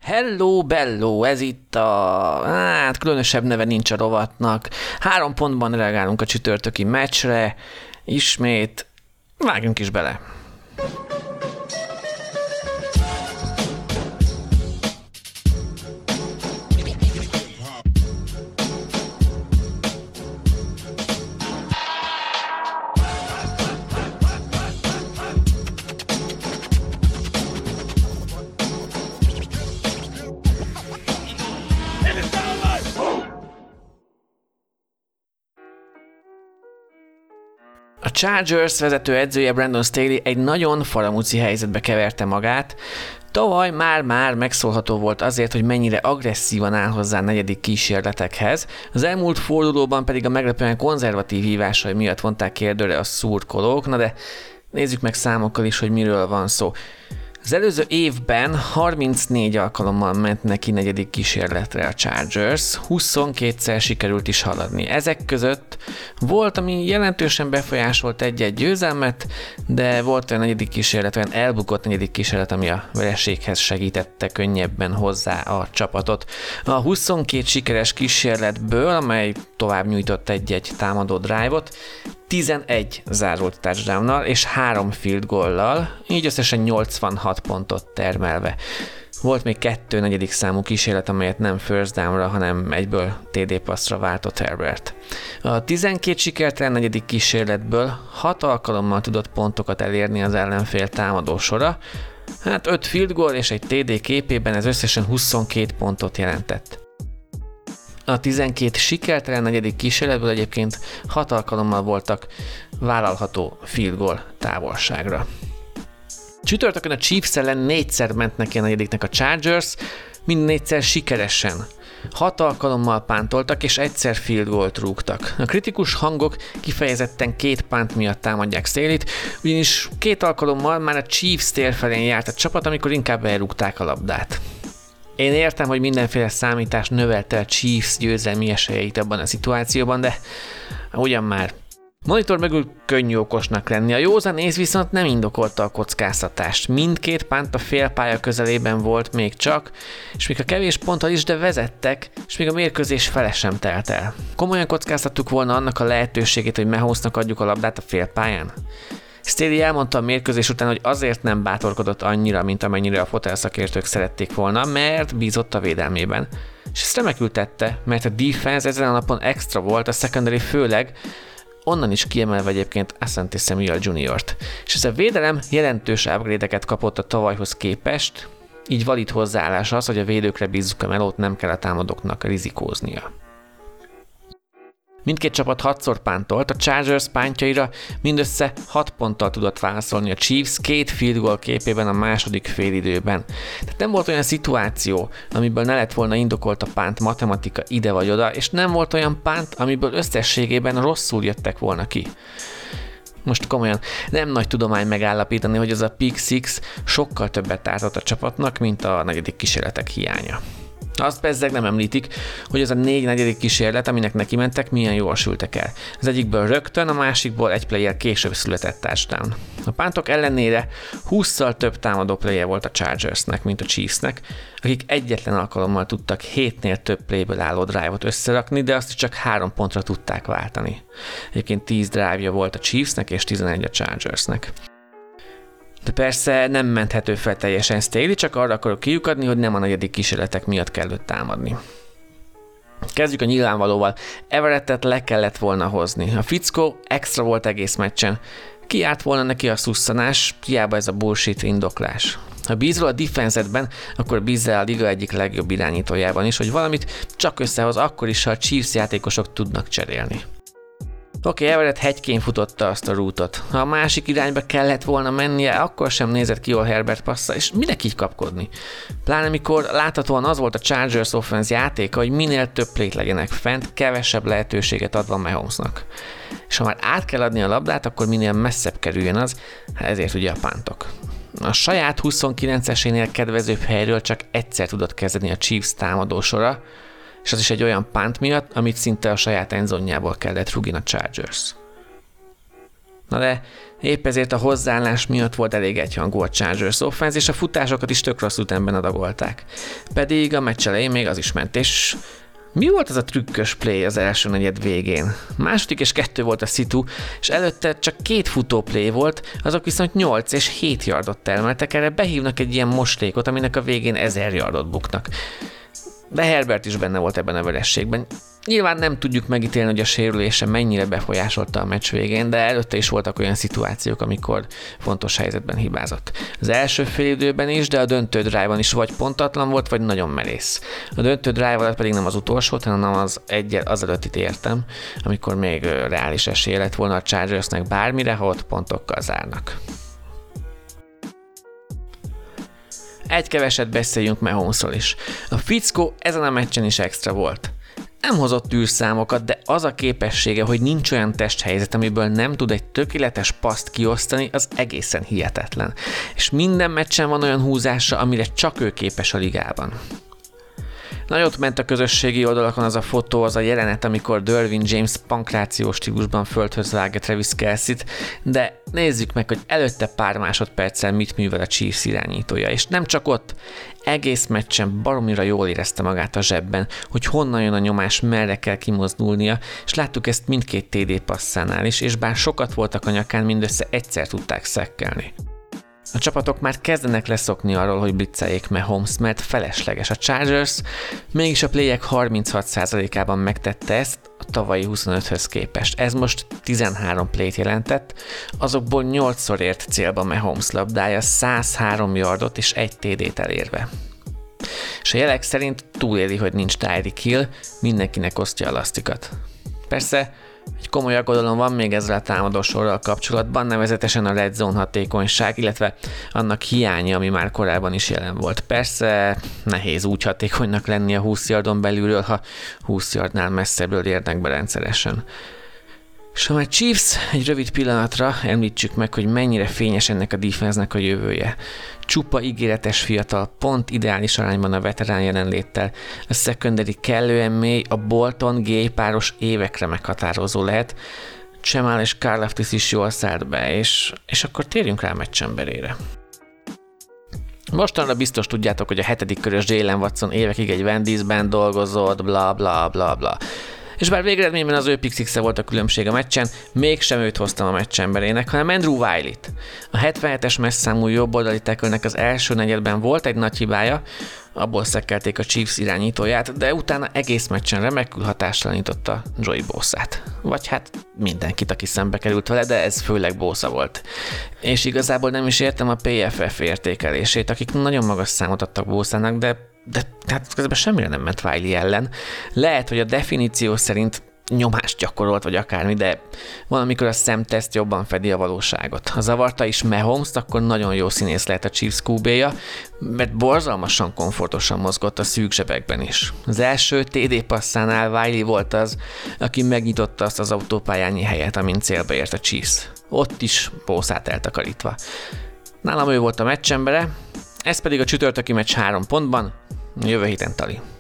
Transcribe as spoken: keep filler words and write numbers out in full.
Hello, bello, ez itt a... Hát, különösebb neve nincs a rovatnak. Három pontban reagálunk a csütörtöki meccsre. Ismét vágjunk is bele. A Chargers vezető edzője Brandon Staley egy nagyon faramúci helyzetbe keverte magát. Tavaly már-már megszólható volt azért, hogy mennyire agresszívan áll hozzá a negyedik kísérletekhez, az elmúlt fordulóban pedig a meglepően konzervatív hívásai miatt vonták kérdőre a szurkolók, na de nézzük meg számokkal is, hogy miről van szó. Az előző évben harmincnégy alkalommal ment neki negyedik kísérletre a Chargers, huszonkétszer sikerült is haladni. Ezek között volt, ami jelentősen befolyásolt egy-egy győzelmet, de volt olyan negyedik kísérlet, olyan elbukott negyedik kísérlet, ami a vereséghez segítette könnyebben hozzá a csapatot. A huszonkét sikeres kísérletből, amely tovább nyújtott egy-egy támadó drive-ot, tizenegy zárult touchdownnal és három field goallal, így összesen nyolcvanhat pontot termelve. Volt még kettő negyedik számú kísérlet, amelyet nem first downra, hanem egyből té dé passzra váltott Herbert. A tizenkét sikertelen negyedik kísérletből hat alkalommal tudott pontokat elérni az ellenfél támadósora, hát öt field goal és egy té dé képében ez összesen huszonkét pontot jelentett. A tizenkét sikertelen negyedik kísérletből egyébként hat alkalommal voltak vállalható field goal távolságra. Csütörtökön a Chiefs ellen négyszer ment neki a negyediknek a Chargers, mind négyszer sikeresen. Hat alkalommal pántoltak és egyszer field goalt rúgtak. A kritikus hangok kifejezetten két pánt miatt támadják Staleyt, ugyanis két alkalommal már a Chiefs térfelén járt a csapat, amikor inkább elrúgták a labdát. Én értem, hogy mindenféle számítás növelte a Chiefs győzelmi esélyeit abban a szituációban, de ugyan már. Monitor mögül könnyű okosnak lenni, a józan ész viszont nem indokolta a kockáztatást. Mindkét pánt a félpálya közelében volt még csak, és még a kevés ponttal is, de vezettek, és még a mérkőzés fele sem telt el. Komolyan kockáztattuk volna annak a lehetőségét, hogy Mahomesnak adjuk a labdát a félpályán? Staley elmondta a mérkőzés után, hogy azért nem bátorkodott annyira, mint amennyire a fotelszakértők szerették volna, mert bízott a védelmében. És ezt remekül tette, mert a defense ezen a napon extra volt, a secondary főleg, onnan is kiemelve egyébként Asante Samuel juniort És ez a védelem jelentős upgrade-eket kapott a tavalyhoz képest, így valid hozzáállás az, hogy a védőkre bízzuk a melót, nem kell a támadóknak rizikóznia. Mindkét csapat hatszor pántolt, a Chargers pántjaira mindössze hat ponttal tudott válaszolni a Chiefs két field goal képében a második félidőben. Tehát nem volt olyan szituáció, amiből ne lett volna indokolt a pánt matematika ide vagy oda, és nem volt olyan pánt, amiből összességében rosszul jöttek volna ki. Most komolyan, nem nagy tudomány megállapítani, hogy az a pick six sokkal többet ártott a csapatnak, mint a negyedik kísérletek hiánya. Azt bezzeg nem említik, hogy az a négy negyedik kísérlet, aminek neki mentek, milyen jól sültek el. Az egyikből rögtön, a másikból egy player később született touchdown. A pántok ellenére hússzal több támadó player volt a Chargersnek, mint a Chiefsnek, akik egyetlen alkalommal tudtak hétnél több playből álló drive-ot összerakni, de azt is csak három pontra tudták váltani. Egyébként tíz drive-ja volt a Chiefsnek és tizenegy a Chargersnek. De persze nem menthető fel teljesen Staley, csak arra akarok kiukadni, hogy nem a negyedik kísérletek miatt kellett támadni. Kezdjük a nyilvánvalóval. Everettet le kellett volna hozni. A fickó extra volt egész meccsen. Ki járt volna neki a szusszanás, hiába ez a bullshit indoklás. Ha bízol a defense-edben, akkor bízzál a liga egyik legjobb irányítójában is, hogy valamit csak összehoz akkor is, ha a Chiefs játékosok tudnak cserélni. Oké, okay, Everett hegykén futotta azt a rútot. Ha a másik irányba kellett volna mennie, akkor sem nézett ki jól Herbert passza, és minek így kapkodni? Pláne mikor láthatóan az volt a Chargers offense játéka, hogy minél több play-t legyenek fent, kevesebb lehetőséget adva Mahomesnak. És ha már át kell adni a labdát, akkor minél messzebb kerüljön az, ezért ugye a pántok. A saját huszonkilencesénél kedvezőbb helyről csak egyszer tudott kezdeni a Chiefs támadósora, és az is egy olyan pánt miatt, amit szinte a saját endzonjából kellett rúgni a Chargers. Na de épp ezért a hozzáállás miatt volt elég egyhangú a Chargers offense, és a futásokat is tök rossz ütemben adagolták. Pedig a meccs elején még az is ment, és mi volt az a trükkös play az első negyed végén? Második és kettő volt a szitu, és előtte csak két futó play volt, azok viszont nyolc és hét yardot termeltek, erre behívnak egy ilyen moslékot, aminek a végén ezer yardot buknak. De Herbert is benne volt ebben a verességben. Nyilván nem tudjuk megítélni, hogy a sérülése mennyire befolyásolta a meccs végén, de előtte is voltak olyan szituációk, amikor fontos helyzetben hibázott. Az első félidőben is, de a döntő drive-on is vagy pontatlan volt, vagy nagyon merész. A döntő drive alatt pedig nem az utolsót, hanem az egy, az előttit értem, amikor még reális esélye lett volna a Chargersnek bármire, ha ott pontokkal zárnak. Egy keveset beszéljünk Mahomesról is. A fickó ezen a meccsen is extra volt. Nem hozott űrszámokat, de az a képessége, hogy nincs olyan testhelyzet, amiből nem tud egy tökéletes paszt kiosztani, az egészen hihetetlen. És minden meccsen van olyan húzása, amire csak ő képes a ligában. Nagyot ment a közösségi oldalakon az a fotó, az a jelenet, amikor Derwin James pankrációs stílusban földhöz vágja Travis Kelce-t, de nézzük meg, hogy előtte pár másodperccel mit művel a Chiefs irányítója, és nem csak ott, egész meccsen baromira jól érezte magát a zsebben, hogy honnan jön a nyomás, merre kell kimozdulnia, és láttuk ezt mindkét té dé passzánál is, és bár sokat voltak a nyakán, mindössze egyszer tudták szekkelni. A csapatok már kezdenek leszokni arról, hogy blitzeljék Mahomes, mert felesleges. A Chargers mégis a playek harminchat százalékában megtette ezt a tavalyi huszonöthöz képest. Ez most tizenhárom playt jelentett, azokból nyolcszor ért célba Mahomes labdája, száz három yardot és egy té dét elérve. És a jelek szerint túléli, hogy nincs Tyreek Hill, mindenkinek osztja a lasztikat. Persze, egy komoly aggodalom van még ezzel a támadósorral kapcsolatban, nevezetesen a red zone hatékonyság, illetve annak hiánya, ami már korábban is jelen volt. Persze nehéz úgy hatékonynak lenni a húsz yardon belülről, ha húsz yardnál messzebbről érnek be rendszeresen. És ha már Chiefs, egy rövid pillanatra említsük meg, hogy mennyire fényes ennek a defense-nek a jövője. Csupa ígéretes fiatal, pont ideális arányban a veterán jelenléttel. A secondary kellően mély, a Bolton-Gay páros évekre meghatározó lehet. Jamal és Karlaftis is jól szállt be, és, és akkor térjünk rá a meccsemberére. Mostanra biztos tudjátok, hogy a hetedik körös Jalen Watson évekig egy Wendy'sben dolgozott, bla bla bla bla. És bár végeredményben az ő pick six-e volt a különbség a meccsen, mégsem őt hoztam a meccsemberének, hanem Andrew Wiley-t. A hetvenhetes messzámú jobboldali tackle-nek az első negyedben volt egy nagy hibája, abból szekkelték a Chiefs irányítóját, de utána egész meccsen remekül hatástalanította Joey Bosa-t. Vagy hát mindenkit, aki szembe került vele, de ez főleg Bosa volt. És igazából nem is értem a pé ef ef értékelését, akik nagyon magas számot adtak Bosának, de de hát közben semmire nem ment Wiley ellen. Lehet, hogy a definíció szerint nyomást gyakorolt, vagy akármi, de valamikor a szemteszt jobban fedi a valóságot. Ha zavarta is Mahomes-t, akkor nagyon jó színész lehet a Chiefs kú bé-ja, mert borzalmasan komfortosan mozgott a szűk zsebekben is. Az első té dé passzánál Wiley volt az, aki megnyitotta azt az autópályányi helyet, amin célba ért a Chiefs. Ott is Bosát eltakarítva. Nálam ő volt a meccsembere, ez pedig a csütörtöki meccs három pontban, jövő héten Tali.